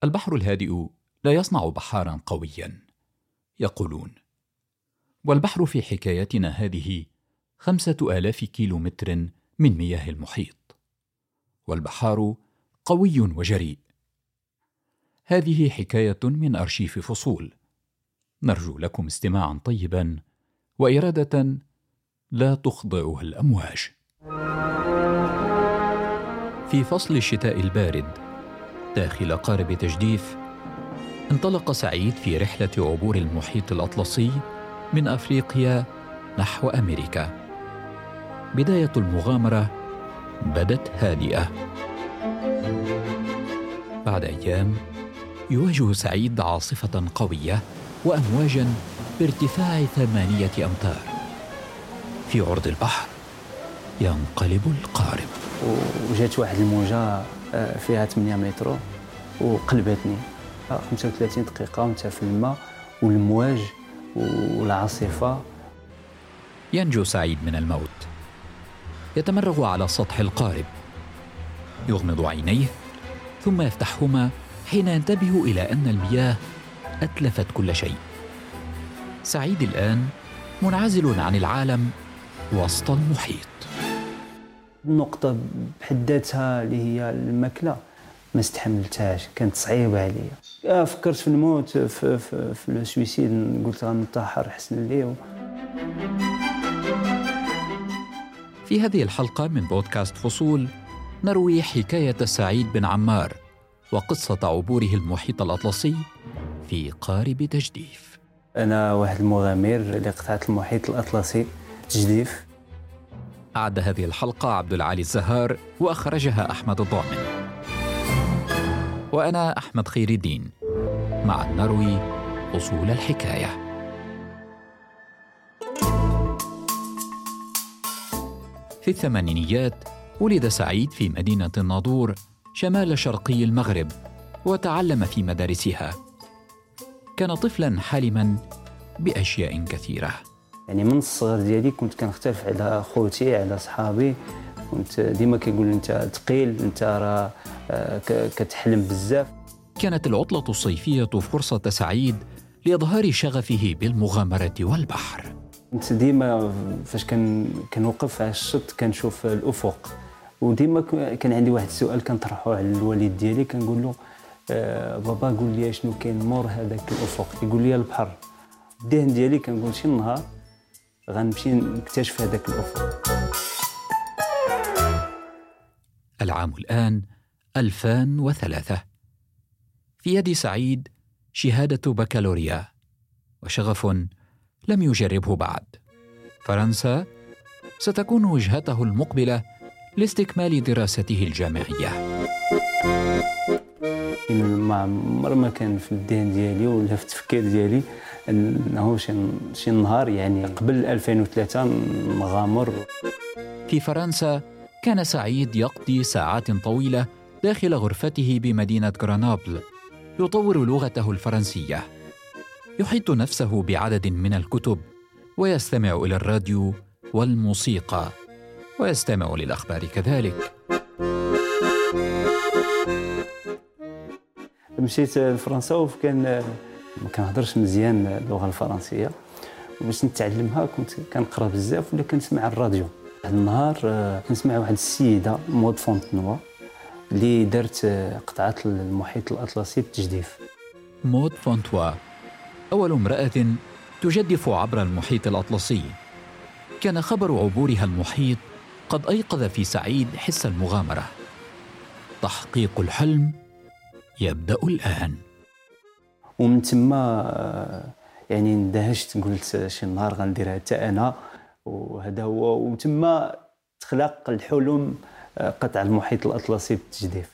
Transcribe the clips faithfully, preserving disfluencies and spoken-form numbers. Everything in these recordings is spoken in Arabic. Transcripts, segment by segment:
البحر الهادئ لا يصنع بحارا قويا يقولون، والبحر في حكايتنا هذه خمسة آلاف كيلو متر من مياه المحيط، والبحار قوي وجريء. هذه حكاية من أرشيف فصول، نرجو لكم استماعا طيبا وإرادة لا تخضعها الأمواج. في فصل الشتاء البارد داخل قارب تجديف، انطلق سعيد في رحلة عبور المحيط الأطلسي من أفريقيا نحو أمريكا. بداية المغامرة بدت هادئة. بعد أيام يواجه سعيد عاصفة قوية وأمواجا بارتفاع ثمانية أمتار. في عرض البحر ينقلب القارب، وجات واحد الموجة فيها ثمانية متر وقلبتني. خمسة وثلاثين دقيقة وانت في الماء والمواج والعاصفة. ينجو سعيد من الموت، يتمرغ على سطح القارب، يغمض عينيه ثم يفتحهما حين ينتبه إلى أن المياه أتلفت كل شيء. سعيد الآن منعزل عن العالم وسط المحيط. النقطة بحد ذاتها اللي هي الماكلة ما استحملتهاش، كانت صعيبة عليا. فكرت في الموت، في, في, في السويسيد، قلت غننتحر أحسن لي. في هذه الحلقة من بودكاست فصول نروي حكاية سعيد بن عمار وقصة عبوره المحيط الأطلسي في قارب تجديف. أنا واحد المغامر اللي قطعت المحيط الأطلسي تجديف. أعد هذه الحلقة عبد العالي الزهار وأخرجها أحمد الضامن، وأنا أحمد خير الدين. معا نروي أصول الحكاية. في الثمانينيات ولد سعيد في مدينة الناظور شمال شرقي المغرب، وتعلم في مدارسها. كان طفلا حالما بأشياء كثيرة. يعني من الصغر ديالي كنت كنختلف على خوتي، على صحابي. كنت ديما كيقول انت ثقيل، انت راه كتحلم بزاف. كانت العطلة الصيفية فرصة سعيد لإظهار شغفه بالمغامرة والبحر. كنت ديما فاش كان كنوقف على الشط كنشوف الأفق، وديما كان عندي واحد السؤال كنطرحه على الوالد ديالي، كنقول له آه بابا قول لي شنو كاين مور هذاك الأفق؟ يقول لي البحر. الذهن ديالي كنقول شي نهار غنمشي نكتشف هذاك الأفق. العام الآن ألفين وثلاثة. في يد سعيد شهادة بكالوريا وشغف لم يجربه بعد. فرنسا ستكون وجهته المقبلة لاستكمال دراسته الجامعية. ما عمر ما كان في الذهن ديالي ولا في التفكير ديالي انه شي نهار يعني قبل ألفين وثلاثة نغامر. في فرنسا كان سعيد يقضي ساعات طويلة داخل غرفته بمدينة غرنابل يطور لغته الفرنسية، يحيط نفسه بعدد من الكتب، ويستمع إلى الراديو والموسيقى، ويستمع للأخبار كذلك. مشيت لفرنسا وكان ما كنهضرش مزيان اللغة الفرنسية، وباش نتعلمها كنت كنقرا بزاف ولا كنسمع الراديو. واحد النهار كنسمع واحد السيدة مود فونتنوا اللي دارت قطعة المحيط الأطلسي بتجديف. مود فونتوا أول امرأة تجدف عبر المحيط الأطلسي. كان خبر عبورها المحيط قد أيقظ في سعيد حس المغامرة. تحقيق الحلم يبدأ الآن. ومن ثم يعني اندهشت، قلت شي نهار غنديرها حتى أنا، وهذا هو. ومن ثم تخلق الحلم قطع المحيط الأطلسي بالتجديف.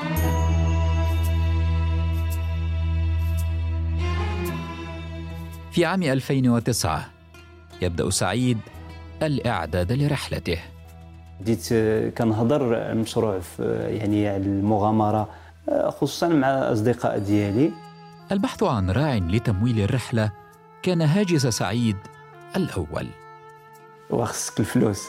في عام ألفين وتسعة يبدأ سعيد الإعداد لرحلته. بديت كنهضر المشروع يعني المغامرة خصوصا مع أصدقاء ديالي. البحث عن راع لتمويل الرحلة كان هاجس سعيد الأول. وخصك الفلوس.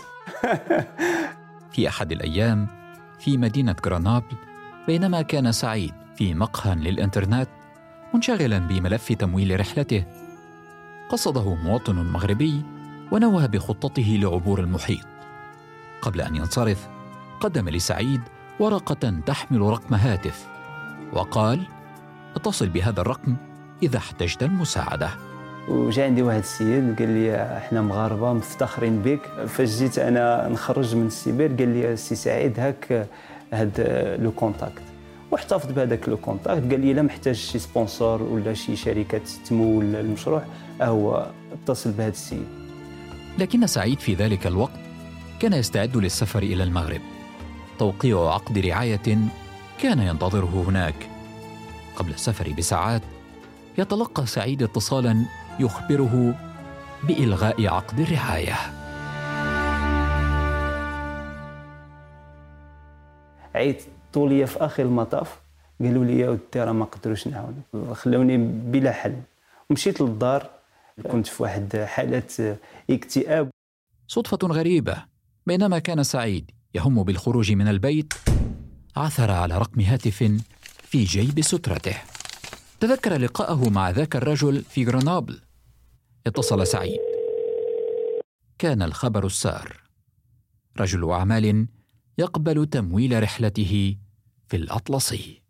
في أحد الأيام في مدينة غرنابل، بينما كان سعيد في مقهى للإنترنت منشغلا بملف تمويل رحلته، قصده مواطن مغربي ونوه بخطته لعبور المحيط. قبل أن ينصرف قدم لسعيد ورقة تحمل رقم هاتف وقال: اتصل بهذا الرقم إذا احتجت المساعدة. وجا عندي واحد السيد قال لي: احنا مغاربه مفتخرين بك. فاش جيت انا نخرج من السيبر قال لي: السي سعيد هاك هاد لو كونتاكت، واحتفظ بهذاك لو كونتاكت. قال لي: لا محتاج شي سبونسور ولا شي شركه تمول المشروع، هو اتصل بهذا السيد. لكن سعيد في ذلك الوقت كان يستعد للسفر إلى المغرب، توقيع عقد رعاية كان ينتظره هناك. قبل السفر بساعات يتلقى سعيد اتصالا يخبره بإلغاء عقد الرعاية. عيطوا لي في آخر المطاف، قالوا لي: يا ودي راه ما قدروش نعاونك، خلوني بلا حل. ومشيت للدار، كنت في واحد حالة اكتئاب. صدفة غريبة، بينما كان سعيد يهم بالخروج من البيت عثر على رقم هاتف في جيب سترته. تذكر لقاءه مع ذاك الرجل في غرنابل. اتصل سعيد. كان الخبر السار: رجل أعمال يقبل تمويل رحلته في الأطلسي.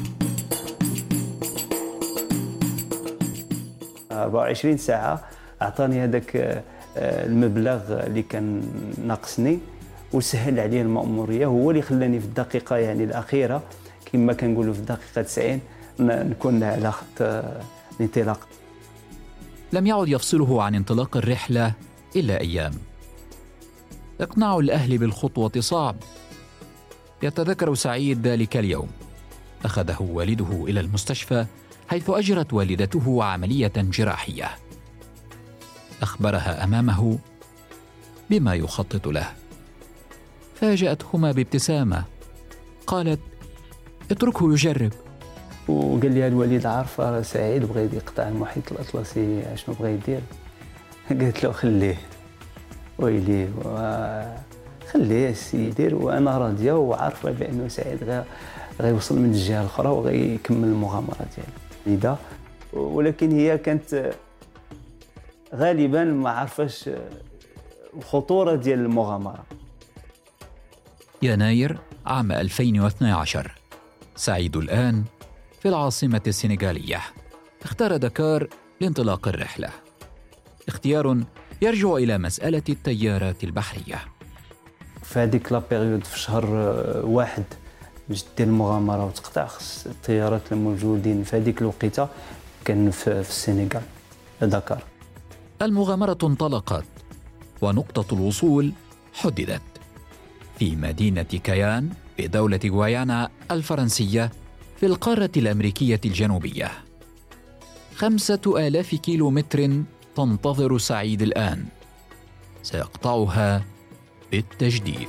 أربعة وعشرين ساعة أعطاني هذاك المبلغ اللي كان ناقصني وسهل عليه المأمورية. هو اللي خلاني في الدقيقة يعني الأخيرة كما كنقولوا في الدقيقة تسعين نكون على خط الانطلاق. لم يعد يفصله عن انطلاق الرحلة إلا أيام. إقناع الأهل بالخطوة صعب. يتذكر سعيد ذلك اليوم. أخذه والده إلى المستشفى حيث أجرت والدته عملية جراحية. أخبرها أمامه بما يخطط له. فاجأتهما بابتسامة، قالت: اتركه يجرب. وقال لي الوالد: عارفه سعيد بغى يقطع المحيط الأطلسي، شنو بغى يدير؟ قالت له: خليه ويلي خليه السي يدير، وانا راضيه وعارفه بانه سعيد غيوصل من الجهه الاخرى وغيكمل المغامره ديالو. ولكن هي كانت غالبا ما عرفاش الخطوره ديال المغامره. يناير عام ألفين واثني عشر. سعيد الآن في العاصمة السنغالية. اختار دكار لانطلاق الرحلة، اختيار يرجع إلى مسألة التيارات البحرية. في هذيك لا بيريود في شهر واحد باش دير المغامرة وتقطع، خص التيارات الموجودين في هذيك الوقيته كان في السنغال دكار. المغامرة انطلقت ونقطة الوصول حددت في مدينة كيان في دولة غويانا الفرنسية في القارة الأمريكية الجنوبية. خمسة آلاف كيلو متر تنتظر سعيد الآن، سيقطعها بالتجديف.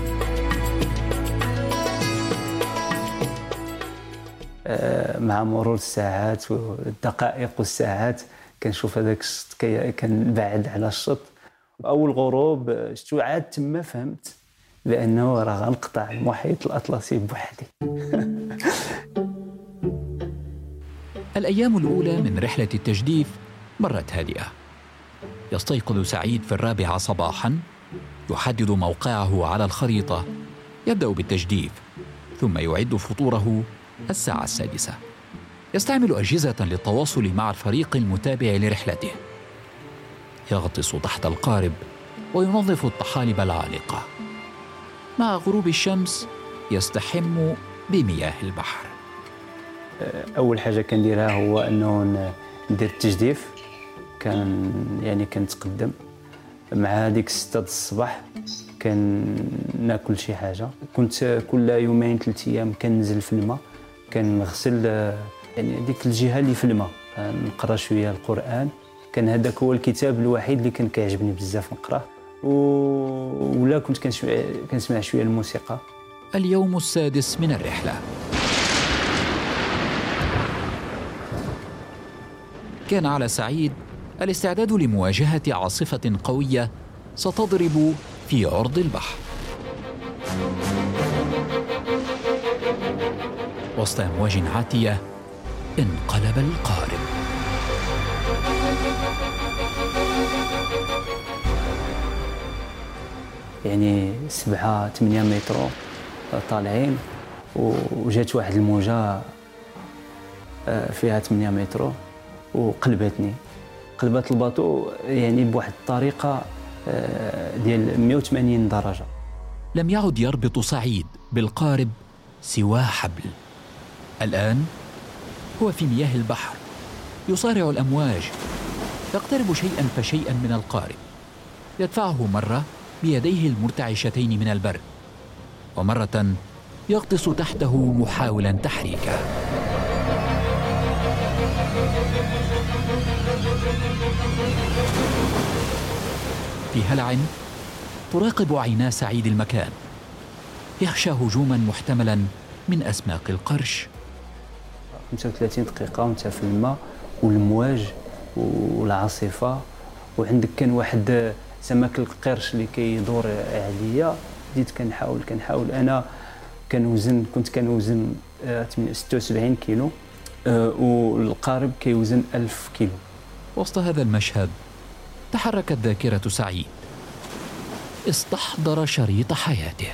مع مرور الساعات والدقائق والساعات كنشوف هذاك الشط كان بعد على الشط. أول غروب شتو عاد تما فهمت بأنه راه غنقطع المحيط الأطلسي بوحدي. الأيام الأولى من رحلة التجديف مرت هادئة. يستيقظ سعيد في الرابعة صباحاً، يحدد موقعه على الخريطة، يبدأ بالتجديف، ثم يعد فطوره الساعة السادسة. يستعمل أجهزة للتواصل مع الفريق المتابع لرحلته. يغطس تحت القارب وينظف الطحالب العالقة. مع غروب الشمس يستحم بمياه البحر. أول حاجة كنديرها هو أنه ندير التجديف. كان يعني كنتقدم مع هذيك ستة الصباح كناكل شي حاجة. كنت كل يومين ثلاث أيام كننزل في الماء، كنغسل يعني ديك الجهة اللي في الماء، نقرأ شوية القرآن. كان هذاك هو الكتاب الوحيد اللي كان كيعجبني بزاف نقراه، ولا كنت كنسمع شوية الموسيقى. اليوم السادس من الرحلة. كان على سعيد الاستعداد لمواجهة عاصفة قوية ستضرب في عرض البحر. وسط أمواج عاتية انقلب القارب. يعني سبعة ثمانية متر طالعين، وجات واحد الموجة فيها ثمانية متر وقلبتني، قلبت الباطو يعني بواحد الطريقة ديال مئة وثمانين درجة. لم يعد يربط سعيد بالقارب سوى حبل. الآن هو في مياه البحر، يصارع الأمواج، يقترب شيئا فشيئا من القارب، يدفعه مرة بيديه المرتعشتين من البرد، ومرة يغطس تحته محاولا تحريكه. في هلع تراقب عينا سعيد المكان، يخشى هجوما محتملا من أسماك القرش. خمسة وثلاثين دقيقة وانت في الماء والمواج والعاصفة، وعندك كان واحد سمك القرش اللي كيدور عليا. بديت كنحاول كنحاول انا كنوزن كنت كنوزن ستة وسبعين كيلو، والقارب كيوزن ألف كيلو. وسط هذا المشهد تحركت ذاكرة سعيد، استحضر شريط حياته.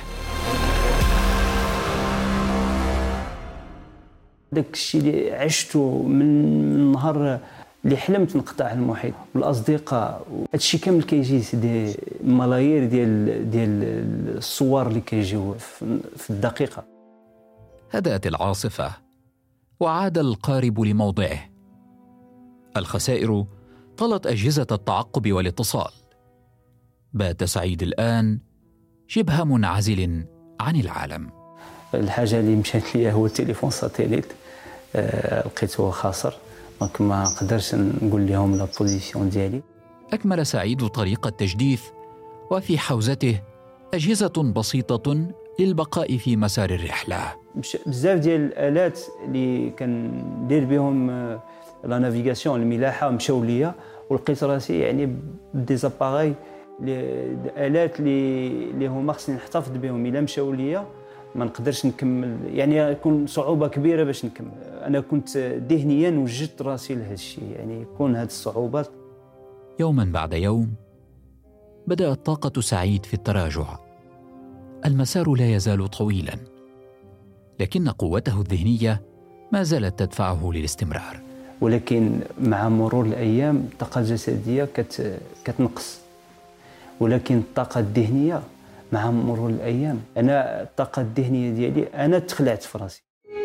داك الشيء اللي عشته من النهار اللي حلمت نقطع المحيط والاصدقاء، هادشي كامل كيجي سيدي ملايير ديال ديال الصور اللي كيجيو في الدقيقه. هدأت العاصفه وعاد القارب لموضعه. الخسائر طالت أجهزة التعقب والاتصال. بات سعيد الآن شبه منعزل عن العالم. الحاجة اللي مشات لي هو التليفون ساتيليت، أه لقيته خاسر، دونك ما نقدرش نقول لهم لا بوزيسيون ديالي. أكمل سعيد طريق التجديف، وفي حوزته أجهزة بسيطة للبقاء في مسار الرحلة. بزاف ديال الآلات اللي كندير بهم لا نافيغاسيون الملاحة مشاو ليا، ولقيت راسي يعني بديزاباغاي الآلات اللي اللي هما خصني نحتفظ بهم. إلا مشاو ليا ما نقدرش نكمل، يعني يكون صعوبة كبيرة باش نكمل. أنا كنت ذهنيا وجدت راسي لهذا الشيء، يعني يكون هذه الصعوبات. يوما بعد يوم بدأت طاقة سعيد في التراجع. المسار لا يزال طويلا، لكن قوته الذهنية ما زالت تدفعه للاستمرار. ولكن مع مرور الأيام الطاقة الجسدية كت... كتنقص، ولكن الطاقة الذهنية مع مرور الأيام، أنا الطاقة الذهنية ديالي أنا تخلعت في راسي.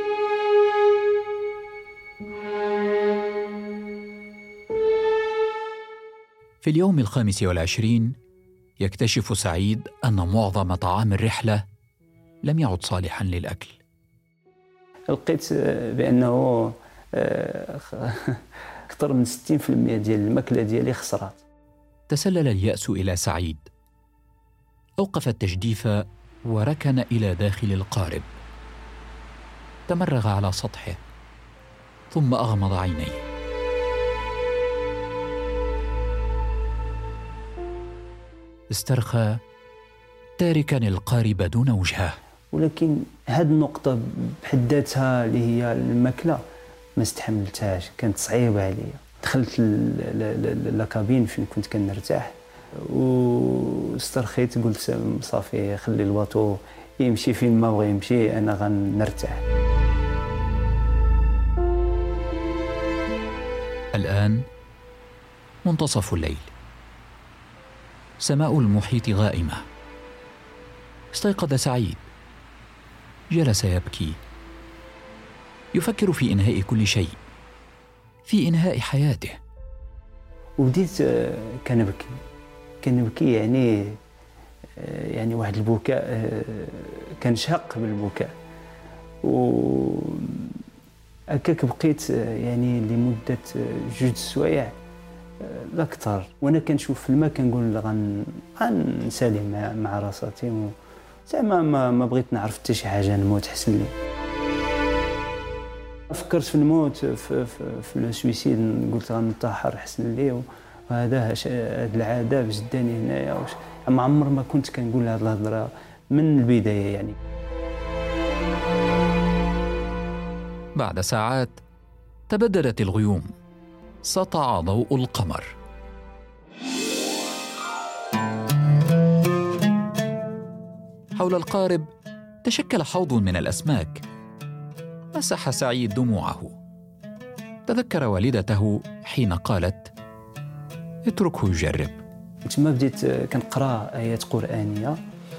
في اليوم الخامس والعشرين يكتشف سعيد أن معظم طعام الرحلة لم يعد صالحا للأكل. لقيت بأنه أكثر من ستين بالمئة ديال الماكلة ديالي خسرات. تسلل اليأس إلى سعيد، أوقف التجديف وركن إلى داخل القارب، تمرغ على سطحه ثم أغمض عينيه. استرخى تاركا القارب دون وجهه. ولكن هذه النقطة بحد ذاتها اللي هي الماكلة ما استحملتهاش، كانت صعيبة عليا. دخلت لاكابين فين كنت كنرتاح واسترخيت، قلت صافي خلي الواطو يمشي فين ما بغى يمشي، أنا غنرتاح. الآن منتصف الليل، سماء المحيط غائمة. استيقظ سعيد، جلس يبكي، يفكر في إنهاء كل شيء، في إنهاء حياته. وبديت كنبكي كنبكي يعني يعني واحد البكاء كان شاق بالبكاء، و هكاك بقيت يعني لمدة جوج سوايع لا أكثر، وأنا كنشوف في الماء كنقول غن غنسالي مع مع راساتي، زعما ما ما بغيت نعرف حتى شي حاجة، نموت حسن لي. فكرت في الموت، في في, في السويسيد، قلت غنتحر حسن لي، وهذا هاد العادة باش داني هنايا. ما عمر ما كنت كنقول هاد الهضرة من البداية يعني. بعد ساعات تبددت الغيوم، سطع ضوء القمر. حول القارب تشكل حوض من الأسماك. مسح سعيد دموعه. تذكر والدته حين قالت: اتركه يجرب. تما بديت كنقرا آيات قرآنية.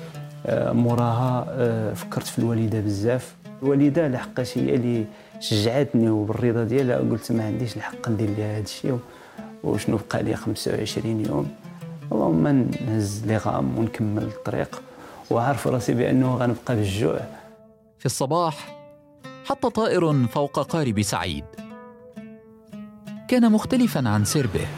موراها فكرت في الوالدة بزاف. الوالدة لحقاش هي اللي شجعتني وبالرضا ديالها قلت ما عنديش الحق ندير لها هذا الشيء، وشنو بقى لي خمسة وعشرين يوم، اللهم نهز لي غام ونكمل الطريق وعارف راسي بأنه غنبقى بالجوع. في الصباح حط طائر فوق قارب سعيد. كان مختلفاً عن سربه،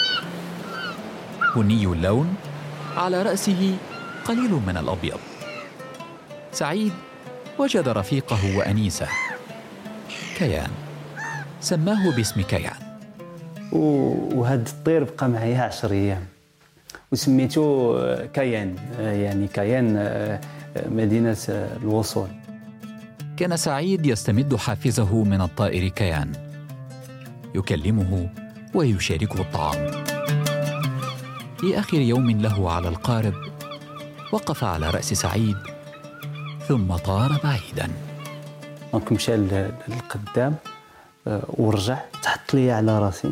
بني اللون، على رأسه قليل من الأبيض. سعيد وجد رفيقه وأنيسه كيان، سماه باسم كيان. وهذا الطير بقى معايا عشر أيام وسميته كيان، يعني كيان مدينة الوصول. كان سعيد يستمد حافزه من الطائر كيان، يكلمه ويشاركه الطعام. في آخر يوم له على القارب وقف على رأس سعيد ثم طار بعيداً. دونك مشى للقدام ورجع، تحط لي على راسي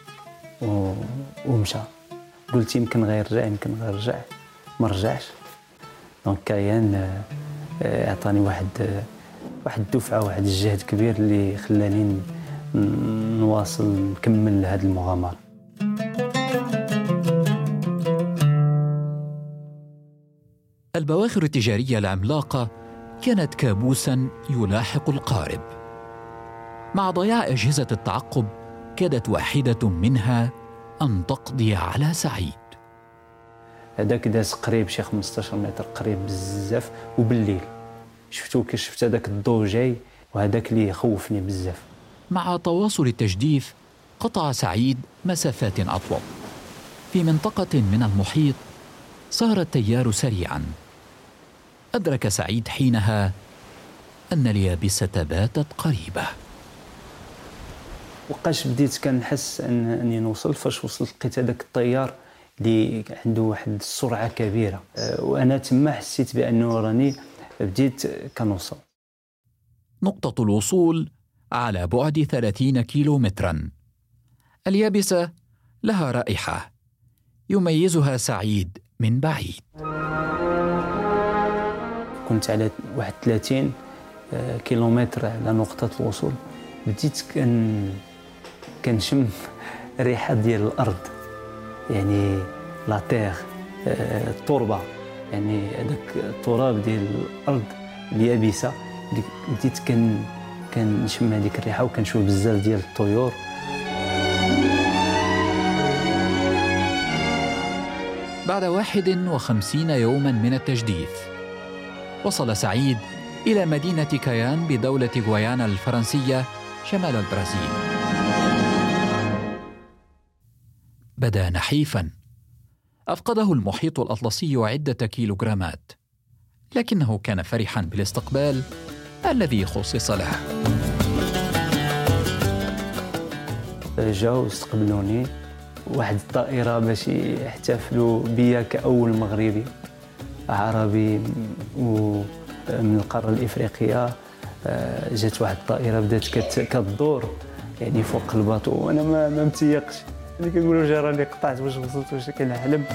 ومشى. قلت يمكن غيرجع يمكن غيرجع، ما رجعش. دونك كيان اعطاني واحد واحد الدفعه، واحد الجهد كبير اللي خلاني نواصل نكمل هذه المغامره. البواخر التجاريه العملاقه كانت كابوسا يلاحق القارب. مع ضياع اجهزه التعقب كادت واحده منها ان تقضي على سعيد. هذاك داز قريب شي خمسطاش متر، قريب بزاف، وبالليل شفتو كي شفت هذاك الضوء جاي، وهذاك اللي يخوفني بزاف. مع تواصل التجديف قطع سعيد مسافات أطول. في منطقة من المحيط سار التيار سريعاً. أدرك سعيد حينها أن اليابسة باتت قريبة. وقاش بديت كنحس أن أني نوصل، فاش وصلت لقيت هذاك الطيار اللي عنده واحد السرعة كبيرة، وأنا تما حسيت بأنه راني بديت كنوصل. نقطة الوصول على بعد ثلاثين كيلو متراً. اليابسة لها رائحة يميزها سعيد من بعيد. كنت على واحد ثلاثين كيلومتر على نقطة الوصول. بديت كن كنشم الريحة ديال الأرض، يعني لا تيغ، التربة، يعني هذاك التراب ديال الأرض اليابسة. بديت كن كنشم هذيك الريحة وكنشوف بزاف ديال الطيور. بعد واحد وخمسين يوماً من التجديف وصل سعيد إلى مدينة كيان بدولة غويانا الفرنسية شمال البرازيل. بدا نحيفاً، أفقده المحيط الأطلسي عدة كيلوغرامات، لكنه كان فرحاً بالاستقبال الذي خصص له. جاو استقبلوني واحد الطائرة باش يحتفلوا بيا كأول مغربي عربي ومن القارة الإفريقية. جات واحد الطائرة بدات كتدور يعني فوق الباطو، وانا ما ما متيقش، اللي كنقولوا جا راني قطعت واش وصلت واش كنحلم.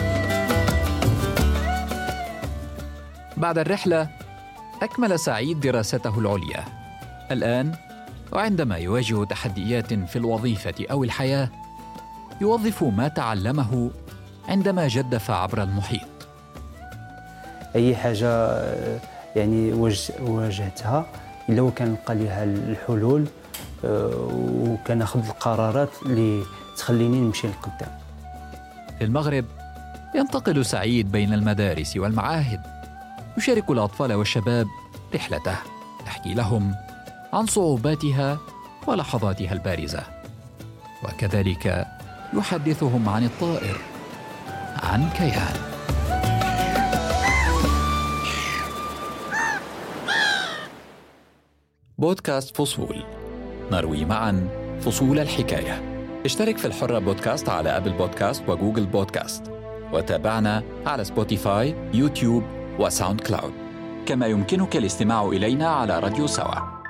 بعد الرحلة أكمل سعيد دراسته العليا. الآن وعندما يواجه تحديات في الوظيفة أو الحياة يوظف ما تعلمه عندما جدف عبر المحيط. أي حاجة يعني واجهتها إلا وكان لقى لها الحلول وكان أخذ القرارات اللي تخليني نمشي لقدام. في المغرب ينتقل سعيد بين المدارس والمعاهد، يشارك الأطفال والشباب رحلته، يحكي لهم عن صعوباتها ولحظاتها البارزة، وكذلك يحدثهم عن الطائر، عن كيان. بودكاست فصول. نروي معاً فصول الحكاية. اشترك في الحرة بودكاست على أبل بودكاست وجوجل بودكاست، وتابعنا على سبوتيفاي، يوتيوب وساوند كلاود. كما يمكنك الاستماع إلينا على راديو سوا.